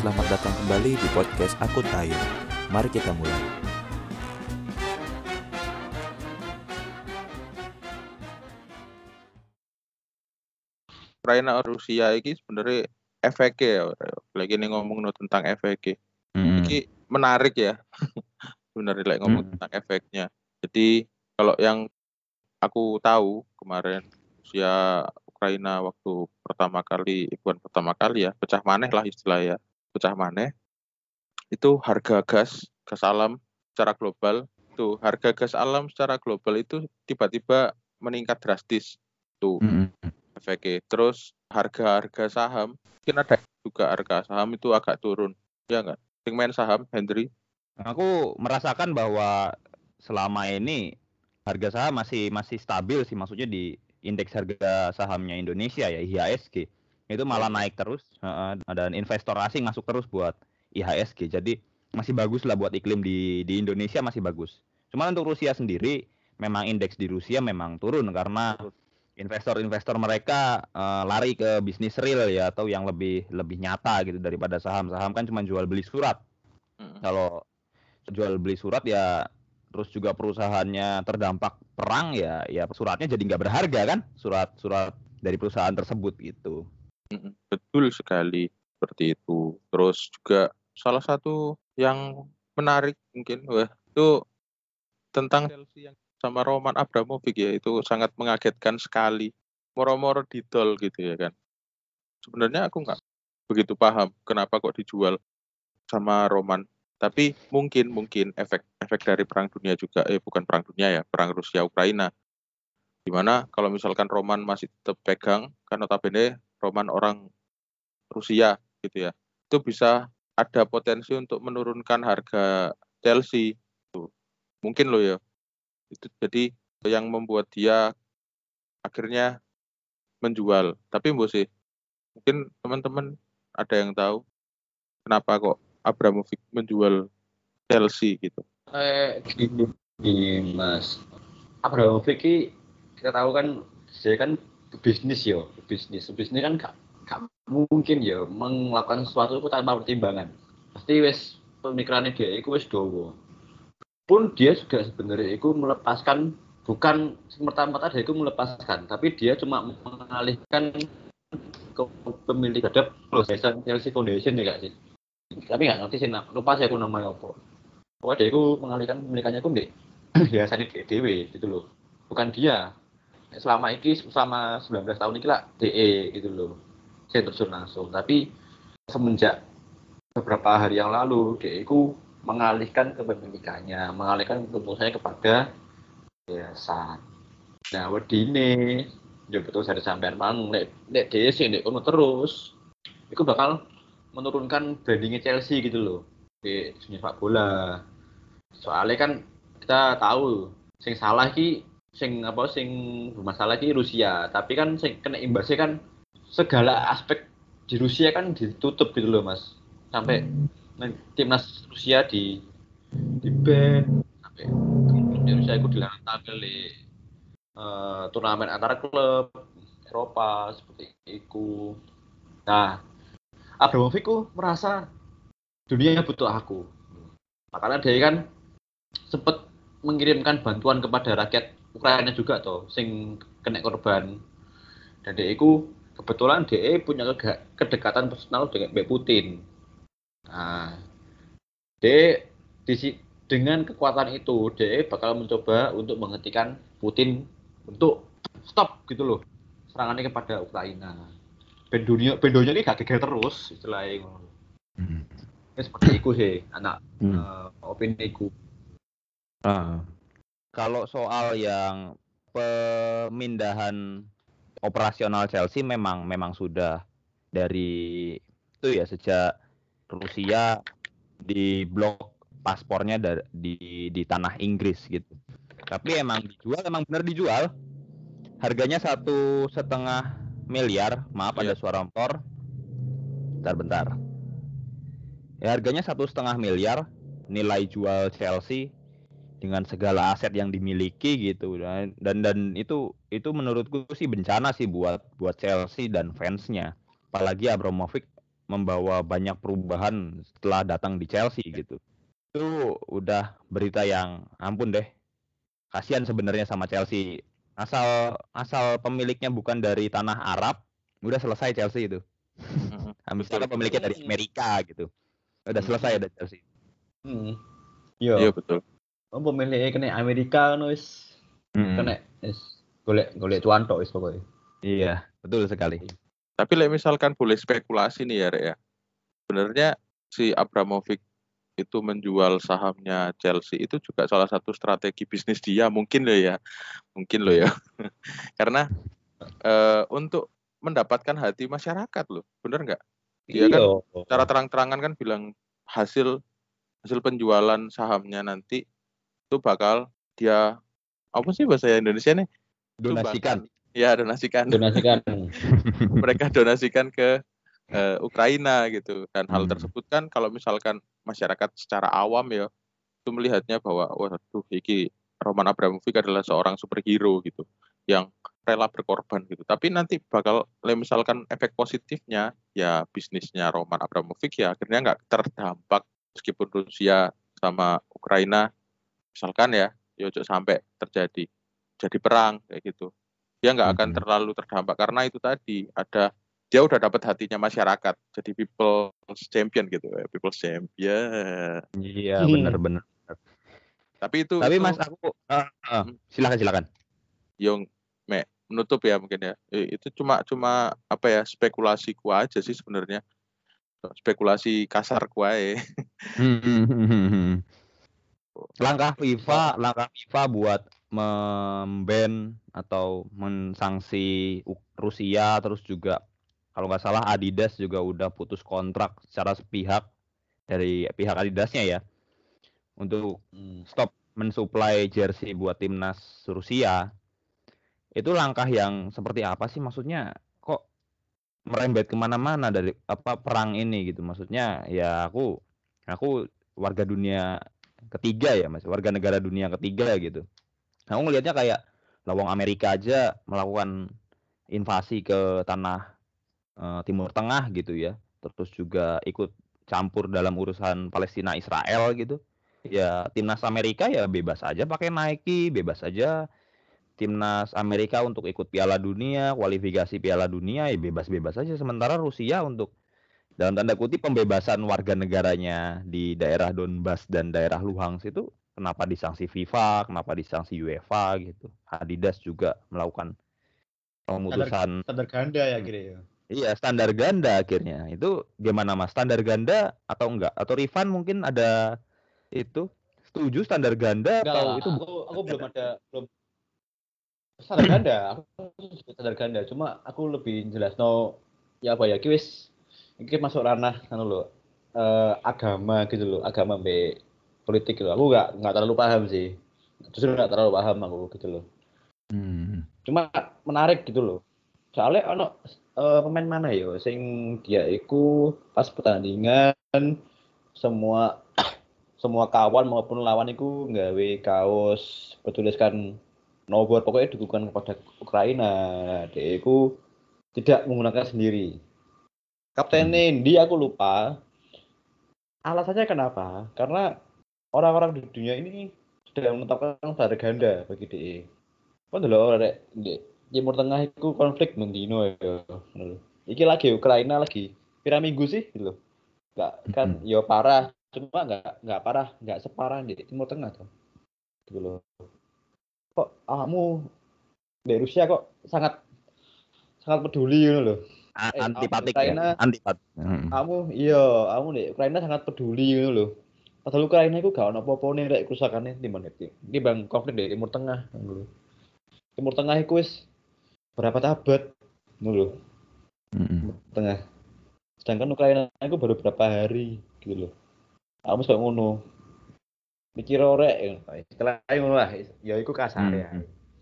selamat datang kembali di podcast Akun Tayo. Mari kita mulai. Ukraina Rusia iki sebenarnya efeknya ya, lagi nih ngomong tentang efeknya. Iki menarik ya, sebenarnya like ngomong tentang efeknya. Jadi kalau yang aku tahu kemarin Rusia Ukraina waktu bukan pertama kali ya, pecah maneh lah istilahnya, pecah maneh. Itu harga gas alam secara global, tuh harga gas alam secara global itu tiba-tiba meningkat drastis tuh. Efeknya. Terus harga saham, mungkin ada juga harga saham itu agak turun, ya nggak? Yang main saham, Hendry? Aku merasakan bahwa selama ini harga saham masih stabil sih, maksudnya di indeks harga sahamnya Indonesia ya, IHSG. Itu malah naik terus, dan investor asing masuk terus buat IHSG. Jadi masih bagus lah buat iklim di Indonesia, masih bagus. Cuma untuk Rusia sendiri, memang indeks di Rusia memang turun karena investor mereka lari ke bisnis real ya, atau yang lebih nyata gitu daripada saham. Saham kan cuma jual beli surat. Kalau jual beli surat ya, terus juga perusahaannya terdampak perang ya suratnya jadi nggak berharga kan, surat dari perusahaan tersebut gitu. Betul sekali seperti itu. Terus juga salah satu yang menarik mungkin itu tentang Chelsea yang sama Roman Abramovich ya, itu sangat mengagetkan sekali. Moro-moro didol gitu ya kan. Sebenarnya aku nggak begitu paham kenapa kok dijual sama Roman. Tapi mungkin efek dari perang dunia juga, bukan perang dunia ya, perang Rusia Ukraina. Dimana kalau misalkan Roman masih tetap pegang, kan notabene Roman orang Rusia gitu ya, itu bisa ada potensi untuk menurunkan harga Chelsea. Tuh. Mungkin loh ya. Itu jadi yang membuat dia akhirnya menjual. Tapi sih, mungkin teman-teman ada yang tahu kenapa kok Abramovich menjual Chelsea gitu. Gini Mas, Abramovich kita tahu kan dia kan bisnis kan gak mungkin ya melakukan sesuatu itu tanpa pertimbangan. Pasti wes pemikirannya dia itu wes dowo. Pun dia juga sebenarnya itu melepaskan, bukan semata-mata dia itu melepaskan, tapi dia cuma mengalihkan ke pemilik terhadap Chelsea Foundation ya gak sih? Tapi nggak ngerti sih, lupa sih aku namanya apa. Pokoknya dia itu mengalihkan pemilikannya itu di biasanya DW gitu loh, bukan dia. Selama 19 tahun ini lah DE gitu loh, saya terjun langsung. Tapi semenjak beberapa hari yang lalu DE itu mengalihkan kepemilikannya, mengalihkan keputusannya kepada yayasan. Nah, wedine ya betul saya sampean mang nek DE sih nek terus itu bakal menurunkan brandingnya Chelsea gitu loh di dunia sepak bola. Soalnya kan kita tahu sing bermasalah ki Rusia, tapi kan sing kena imbasnya kan segala aspek di Rusia kan ditutup gitu loh Mas. Sampai timnas Rusia di ban, sampai di Rusia itu dilarang tampil di turnamen antara klub Eropa seperti itu. Nah, Abramovich merasa dunia butuh aku. Makanya dia kan sempat mengirimkan bantuan kepada rakyat Ukraina juga toh, sing kena korban. Dan dia kebetulan dia punya kedekatan personal dengan Mbak Putin. Nah, dia dengan kekuatan itu dia bakal mencoba untuk menghentikan Putin untuk stop gitu loh serangannya kepada Ukraina. Bendunya ini gak geger terus istilahnya. Seperti itu sih anak opini ku. Kalau soal yang pemindahan operasional Chelsea memang sudah dari itu ya, sejak Rusia diblok paspornya di tanah Inggris gitu. Tapi emang benar dijual. Harganya 1,5 miliar. Maaf, ada suara motor. Bentar. Ya, harganya 1,5 miliar nilai jual Chelsea dengan segala aset yang dimiliki gitu. Dan itu menurutku sih bencana sih buat Chelsea dan fansnya. Apalagi Abramovich membawa banyak perubahan setelah datang di Chelsea gitu. Itu udah berita yang ampun deh. Kasihan sebenarnya sama Chelsea. Asal pemiliknya bukan dari tanah Arab, udah selesai Chelsea itu. Misalkan pemiliknya dari Amerika gitu. Udah selesai ada Chelsea. Iya betul. Pemiliknya kena Amerika kan wis kena golek cuan tok wis pokoknya. Iya, betul sekali. Tapi misalkan boleh spekulasi nih ya, Rek ya. Sebenarnya si Abramovich itu menjual sahamnya Chelsea itu juga salah satu strategi bisnis dia mungkin loh ya. Karena untuk mendapatkan hati masyarakat loh, bener nggak? Dia kan secara terang-terangan kan bilang hasil penjualan sahamnya nanti itu bakal dia apa sih bahasa Indonesia nih? Donasikan. Ya, donasikan. Mereka donasikan ke Ukraina gitu. Dan hal tersebut kan kalau misalkan masyarakat secara awam ya itu melihatnya bahwa waduh iki Roman Abramovich adalah seorang superhero gitu yang rela berkorban gitu. Tapi nanti bakal misalkan efek positifnya ya bisnisnya Roman Abramovich ya akhirnya nggak terdampak meskipun Rusia sama Ukraina misalkan ya sampai terjadi perang kayak gitu. Dia nggak akan terlalu terdampak karena itu tadi dia udah dapat hatinya masyarakat jadi people's champion gitu ya, people's champion. Iya benar. Tapi Mas aku silakan. Yang menutup ya mungkin ya. Itu cuma apa ya spekulasiku aja sih sebenarnya. Spekulasi kasar kuae. Langkah FIFA buat memban atau mensanksi Rusia terus juga kalau nggak salah Adidas juga udah putus kontrak secara sepihak dari pihak Adidasnya ya untuk stop mensuplai jersey buat timnas Rusia. Itu langkah yang seperti apa sih? Maksudnya kok merembet kemana-mana dari perang ini gitu? Maksudnya ya aku warga dunia ketiga ya mas, warga negara dunia ketiga gitu. Aku ngelihatnya kayak lawang Amerika aja melakukan invasi ke tanah Timur Tengah gitu ya, terus juga ikut campur dalam urusan Palestina Israel gitu. Ya timnas Amerika ya bebas aja pakai Nike, bebas aja timnas Amerika untuk ikut Piala Dunia, kualifikasi Piala Dunia ya bebas-bebas aja. Sementara Rusia untuk dalam tanda kutip pembebasan warga negaranya di daerah Donbas dan daerah Luhansk itu kenapa disanksi FIFA, kenapa disanksi UEFA gitu. Adidas juga melakukan pemutusan standar ganda ya kira ya. Iya, standar ganda akhirnya. Itu gimana Mas? Standar ganda atau enggak? Atau Rifan mungkin ada itu setuju standar ganda enggak atau lah, itu aku belum standar ganda. Aku standar ganda, cuma aku lebih jelas ya apa ya wis iki masuk ranah agama gitu loh, agama be politik gitu. Aku enggak terlalu paham sih. Justru enggak terlalu paham aku gitu loh. Cuma menarik gitu loh. Soalnya pemain mana ya sing dia iku pas pertandingan semua kawan maupun lawan iku nggawe kaos bertuliskan no war, pokoknya dukungan kepada Ukraina. Dia iku tidak menggunakan sendiri. Kaptennya Indi aku lupa. Alasannya kenapa? Karena orang-orang di dunia ini sudah menetapkan standar ganda bagi DE. Kan dulu di Timur Tengah itu konflik mendino ya. Iki lagi Ukraina lagi piraminggu sih gitu. Enggak kan ya parah, cuma enggak parah, enggak separah di Timur Tengah tuh. Gitu loh. Kok kamu di Rusia kok sangat peduli gitu loh. Antipatik Ukraina, ya. Antipatik. Kamu di Ukraina sangat peduli gitu loh. Padahal Ukraina itu gak ono apa-apane rek kerusakane timbang iki. Iki bang konflik di Timur Tengah gitu. Timur Tengah itu wis berapa abad dulu. Tengah. Sedangkan Ukraina itu baru berapa hari gitu loh. Kamu suka ngono. Mikir rek istilahnya ngono lah. Ya iku kasar ya.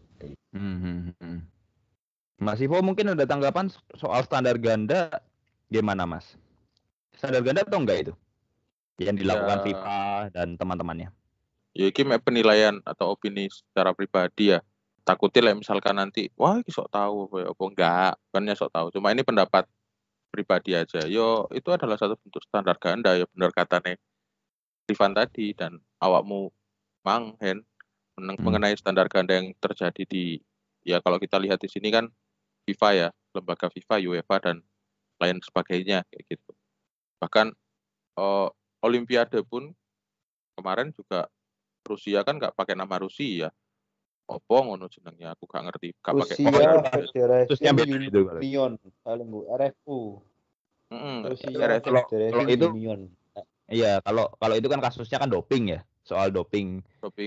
Mas Ivo mungkin ada tanggapan soal standar ganda gimana Mas? Standar ganda atau enggak itu? Yang dilakukan FIFA dan teman-temannya. Ya ini penilaian atau opini secara pribadi ya. Takutnya lah misalkan nanti wah ini sok tahu apa enggak, bukannya sok tahu. Cuma ini pendapat pribadi aja. Yo itu adalah satu bentuk standar ganda ya bener katanya Rifan tadi dan awakmu Mang Hen mengenai standar ganda yang terjadi di ya kalau kita lihat di sini kan FIFA ya, lembaga FIFA, UEFA dan lain sebagainya kayak gitu. Bahkan Olimpiade pun kemarin juga Rusia kan nggak pakai nama Rusia. Opo ngono jenengnya aku gak ngerti. Gak pakai Rusia beda itu kalau. Union paling Bu RFU. Rusia kalau itu Union. Iya, kalau itu kan kasusnya kan doping ya. Soal doping.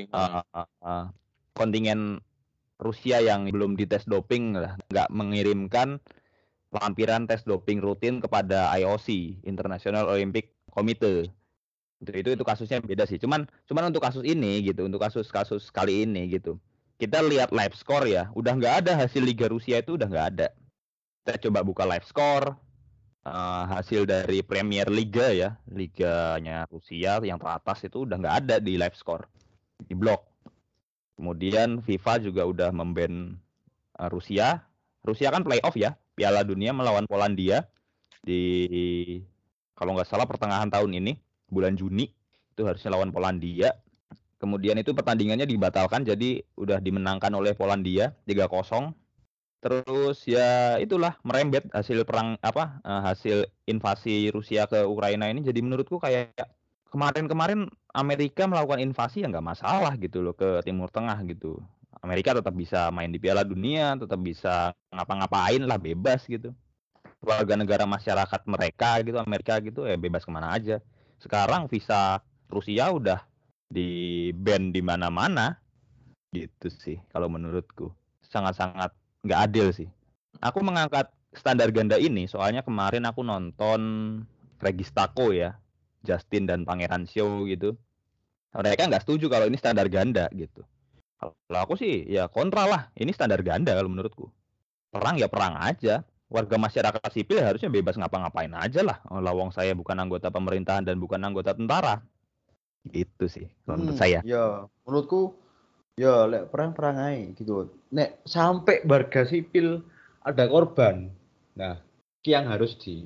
Kontingen Rusia yang belum dites doping nggak mengirimkan lampiran tes doping rutin kepada IOC, International Olympic Committee. Itu kasusnya beda sih. Cuman untuk kasus ini gitu, untuk kasus kali ini gitu. Kita lihat live score ya, udah nggak ada hasil Liga Rusia itu udah nggak ada. Kita coba buka live score, hasil dari Premier Liga ya, liganya Rusia yang teratas itu udah nggak ada di live score, di blok. Kemudian FIFA juga udah memban Rusia. Rusia kan playoff ya, Piala Dunia melawan Polandia di kalau nggak salah pertengahan tahun ini, bulan Juni itu harusnya lawan Polandia. Kemudian itu pertandingannya dibatalkan jadi udah dimenangkan oleh Polandia 3-0. Terus ya itulah merembet hasil perang hasil invasi Rusia ke Ukraina ini jadi menurutku kayak kemarin Amerika melakukan invasi ya nggak masalah gitu loh ke Timur Tengah gitu. Amerika tetap bisa main di Piala Dunia, tetap bisa ngapa-ngapain lah bebas gitu. Warga negara masyarakat mereka gitu Amerika gitu ya bebas kemana aja. Sekarang visa Rusia udah di ban di mana-mana gitu sih kalau menurutku sangat-sangat nggak adil sih. Aku mengangkat standar ganda ini soalnya kemarin aku nonton Registako ya, Justin dan Pangeran Show gitu. Mereka nggak setuju kalau ini standar ganda gitu. Kalau aku sih ya kontra lah, ini standar ganda kalau menurutku. Perang ya perang aja. Warga masyarakat sipil harusnya bebas ngapa-ngapain aja lah. Lawang saya bukan anggota pemerintahan dan bukan anggota tentara. Itu sih menurut saya. Ya, menurutku ya lek perang aja gitu. Nek sampai warga sipil ada korban. Nah, yang harus di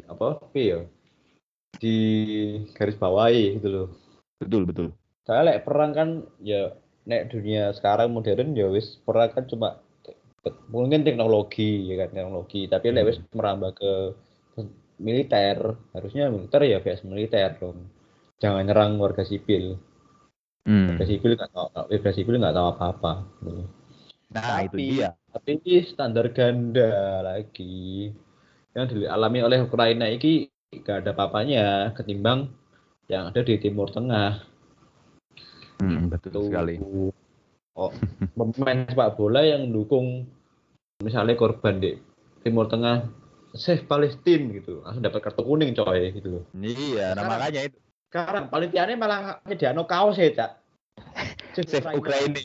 garis bawahi gitu loh. Betul. Soalnya lek perang kan ya nek dunia sekarang modern ya wis perang kan cuma mungkin teknologi ya kan tapi lek wis merambah ke militer, harusnya militer ya vs militer dong. Jangan nyerang warga sipil. Warga sipil nggak tahu apa-apa. Nah, itu dia. Tapi ini standar ganda lagi yang dialami oleh Ukraina ini nggak ada apa-apanya ketimbang yang ada di Timur Tengah. Betul sekali. Pemain sepak bola yang mendukung misalnya korban di Timur Tengah, Save Palestine gitu, langsung dapat kartu kuning coy gitu loh. Iya, makanya itu. Sekarang panitianya malah nyediano kaos ya, Cak. Save Ukraina.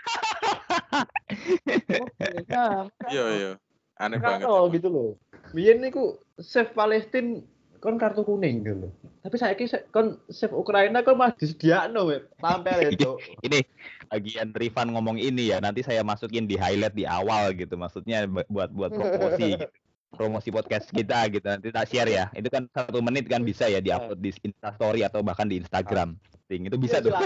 Iya. Aneh banget. Gitu loh. Biyen niku Save Palestine kon kartu kuning gitu loh. Tapi saiki kon Save Ukraina kon mah disediakno tampil itu. Ini bagian Rifan ngomong ini ya, nanti saya masukin di highlight di awal gitu. Maksudnya buat promosi gitu. Promosi podcast kita gitu, nanti tak share ya. Itu kan 1 menit kan bisa ya diupload di Instastory atau bahkan di Instagram. Itu bisa tuh.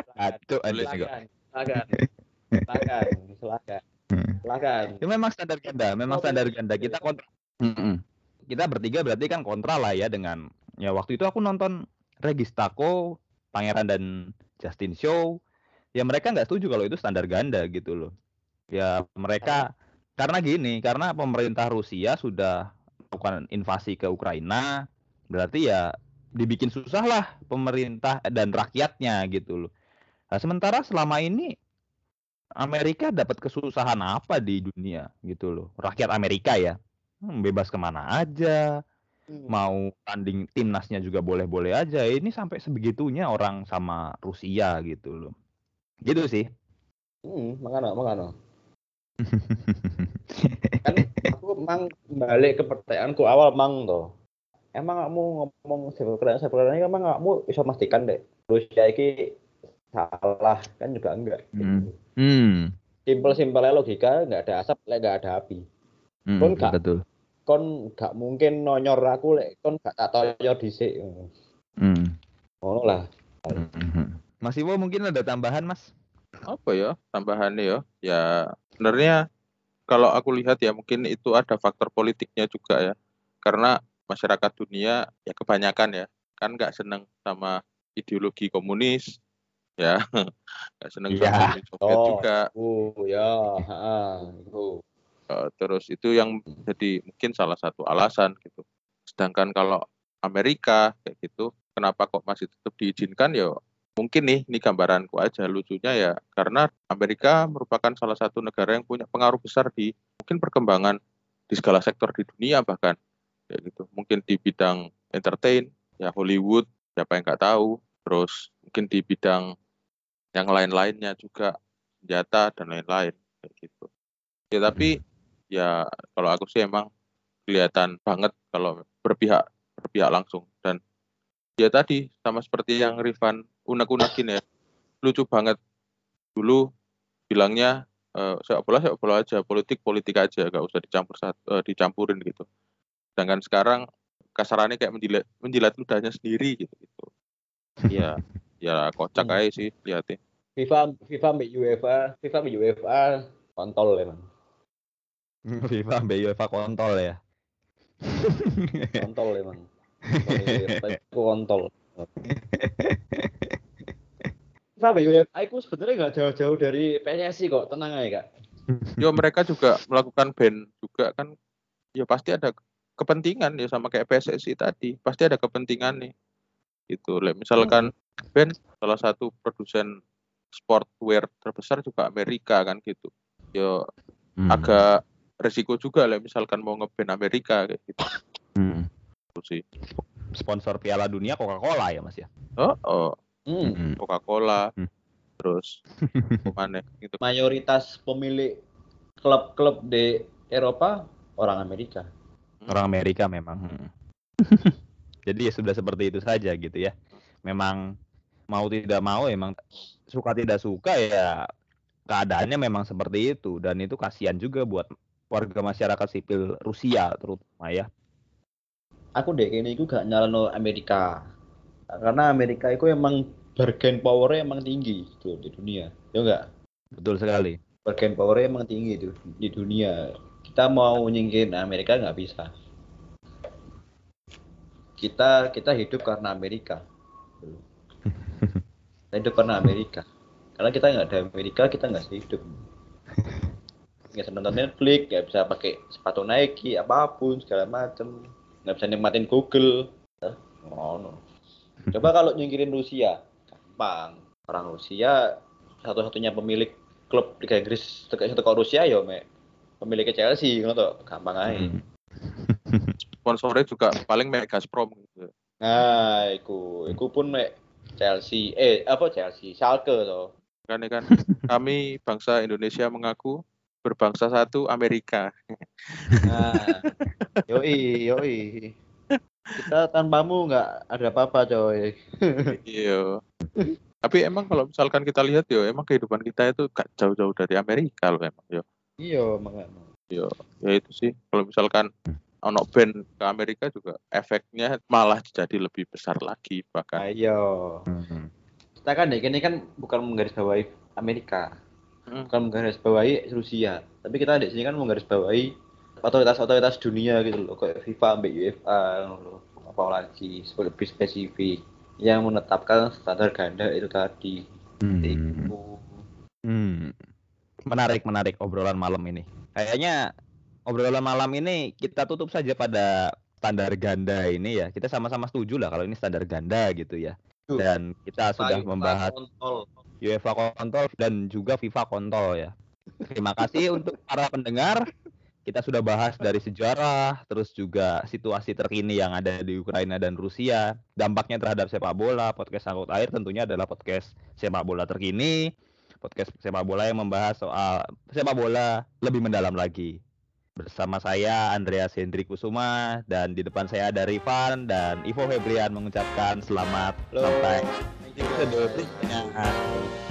Silakan. Itu memang standar ganda. Kita kontra. Kita bertiga berarti kan kontra lah ya dengan ya waktu itu aku nonton Registako, Pangeran dan Justin Show. Ya mereka nggak setuju kalau itu standar ganda gitu loh. Ya mereka karena pemerintah Rusia sudah melakukan invasi ke Ukraina, berarti ya dibikin susah lah pemerintah dan rakyatnya gitu loh. Nah, sementara selama ini Amerika dapat kesusahan apa di dunia gitu loh. Rakyat Amerika ya bebas kemana aja, mau tanding timnasnya juga boleh-boleh aja. Ini sampai sebegitunya orang sama Rusia gitu loh. Gitu sih. Makanya. Kan aku mang balik ke pertanyaanku awal mang toh. Emang kamu ngomong sebenarnya emang kamu bisa memastikan deh Rusia ini salah kan juga enggak. Simpel-simpelnya logika nggak ada asap, nggak ada api. Betul. kon gak mungkin nonyor aku lek kon gak tak toyo dhisik. Ngono lah. Mas Iwo mungkin ada tambahan, Mas? Apa ya tambahannya ya? Ya sebenarnya kalau aku lihat ya mungkin itu ada faktor politiknya juga ya. Karena masyarakat dunia ya kebanyakan ya kan nggak seneng sama ideologi komunis ya, nggak seneng sama Uni Soviet juga. Ya, itu. Terus itu yang jadi mungkin salah satu alasan gitu. Sedangkan kalau Amerika kayak gitu, kenapa kok masih tetap diizinkan ya? Mungkin ini gambaranku aja lucunya ya, karena Amerika merupakan salah satu negara yang punya pengaruh besar di mungkin perkembangan di segala sektor di dunia bahkan kayak gitu. Mungkin di bidang entertain ya Hollywood, siapa yang nggak tahu. Terus mungkin di bidang yang lain-lainnya juga senjata dan lain-lain kayak gitu. Ya tapi ya kalau aku sih emang kelihatan banget kalau berpihak langsung. Dan ya tadi sama seperti yang Rifan unek-unekin ya, lucu banget. Dulu bilangnya sepak bola aja, politik aja, gak usah dicampurin gitu. Sedangkan sekarang kasarannya kayak menjilat ludahnya sendiri gitu. Ya kocak aja sih lihatnya. FIFA mbek UEFA kontol emang. FIFA mbek UEFA kontol ya. Kontol emang. Kontol. FIFA mbek UEFA itu sebenarnya nggak jauh-jauh dari PSSI kok, tenang aja Kak. Yo mereka juga melakukan ban juga kan. Ya pasti ada kepentingan ya sama kayak PSSI tadi, pasti ada kepentingan nih. Gitu. Misalkan ban salah satu produsen sportwear terbesar juga Amerika kan gitu. Yo agak resiko juga lah misalkan mau nge-ban Amerika kayak gitu. Sih. Sponsor Piala Dunia Coca-Cola ya Mas ya. Coca-Cola. Terus mana gitu. Mayoritas pemilik klub-klub di Eropa orang Amerika. Orang Amerika memang. Jadi ya sudah seperti itu saja gitu ya. Memang mau tidak mau emang suka tidak suka ya keadaannya memang seperti itu, dan itu kasihan juga buat warga masyarakat sipil Rusia terutama ya. Aku dek ini aku gak nyalano Amerika. Karena Amerika itu emang bargain power-nya emang tinggi gitu di dunia. Ya enggak? Betul sekali. Bargain power-nya emang tinggi itu di dunia. Kita mau nyingkirin Amerika nggak bisa. Kita hidup karena Amerika. Kita hidup karena Amerika. Karena kita nggak ada Amerika, kita nggak bisa hidup. Nggak bisa nonton Netflix, nggak bisa pakai sepatu Nike, apapun segala macam. Nggak bisa nikmatin Google. No. Coba kalau nyingkirin Rusia, gampang. Orang Rusia satu-satunya pemilik klub Liga Inggris teko Rusia ya, pemiliknya Chelsea, ngono gampang aja. Sponsornya juga paling Gazprom gitu. Nah, iku pun Chelsea, Schalke toh. Kan kami bangsa Indonesia mengaku berbangsa satu Amerika. Nah, yoi. Kita tanpamu nggak ada apa-apa, coy. Iya. Tapi emang kalau misalkan kita lihat yo, emang kehidupan kita itu gak jauh-jauh dari Amerika loh emang yo. Iya, makanya. Yo, ya itu sih. Kalau misalkan ono band ke Amerika juga efeknya malah jadi lebih besar lagi bahkan. Ayo. Kita kan ini kan bukan menggarisbawahi Amerika. Bukan menggarisbawahi Rusia. Tapi kita di sini kan menggarisbawahi otoritas dunia gitu loh, kayak FIFA, UEFA, apa lagi lebih spesifik yang menetapkan standar ganda itu tadi. Menarik obrolan malam ini. Kayaknya obrolan malam ini kita tutup saja pada standar ganda ini ya. Kita sama-sama setuju lah kalau ini standar ganda gitu ya. Dan kita sudah membahas UEFA kontol dan juga FIFA kontol ya. Terima kasih untuk para pendengar. Kita sudah bahas dari sejarah, terus juga situasi terkini yang ada di Ukraina dan Rusia, dampaknya terhadap sepak bola. Podcast Angkut Air tentunya adalah podcast sepak bola terkini, podcast sepak bola yang membahas soal sepak bola lebih mendalam lagi. Bersama saya Andreas Hendri Kusuma, dan di depan saya ada Rifan dan Ivo Febrian mengucapkan selamat sampai episode berikutnya.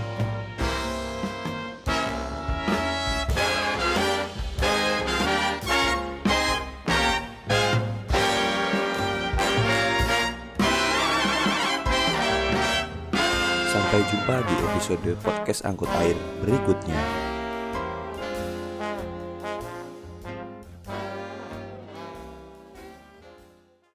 Sampai jumpa di episode podcast Angkut Air berikutnya.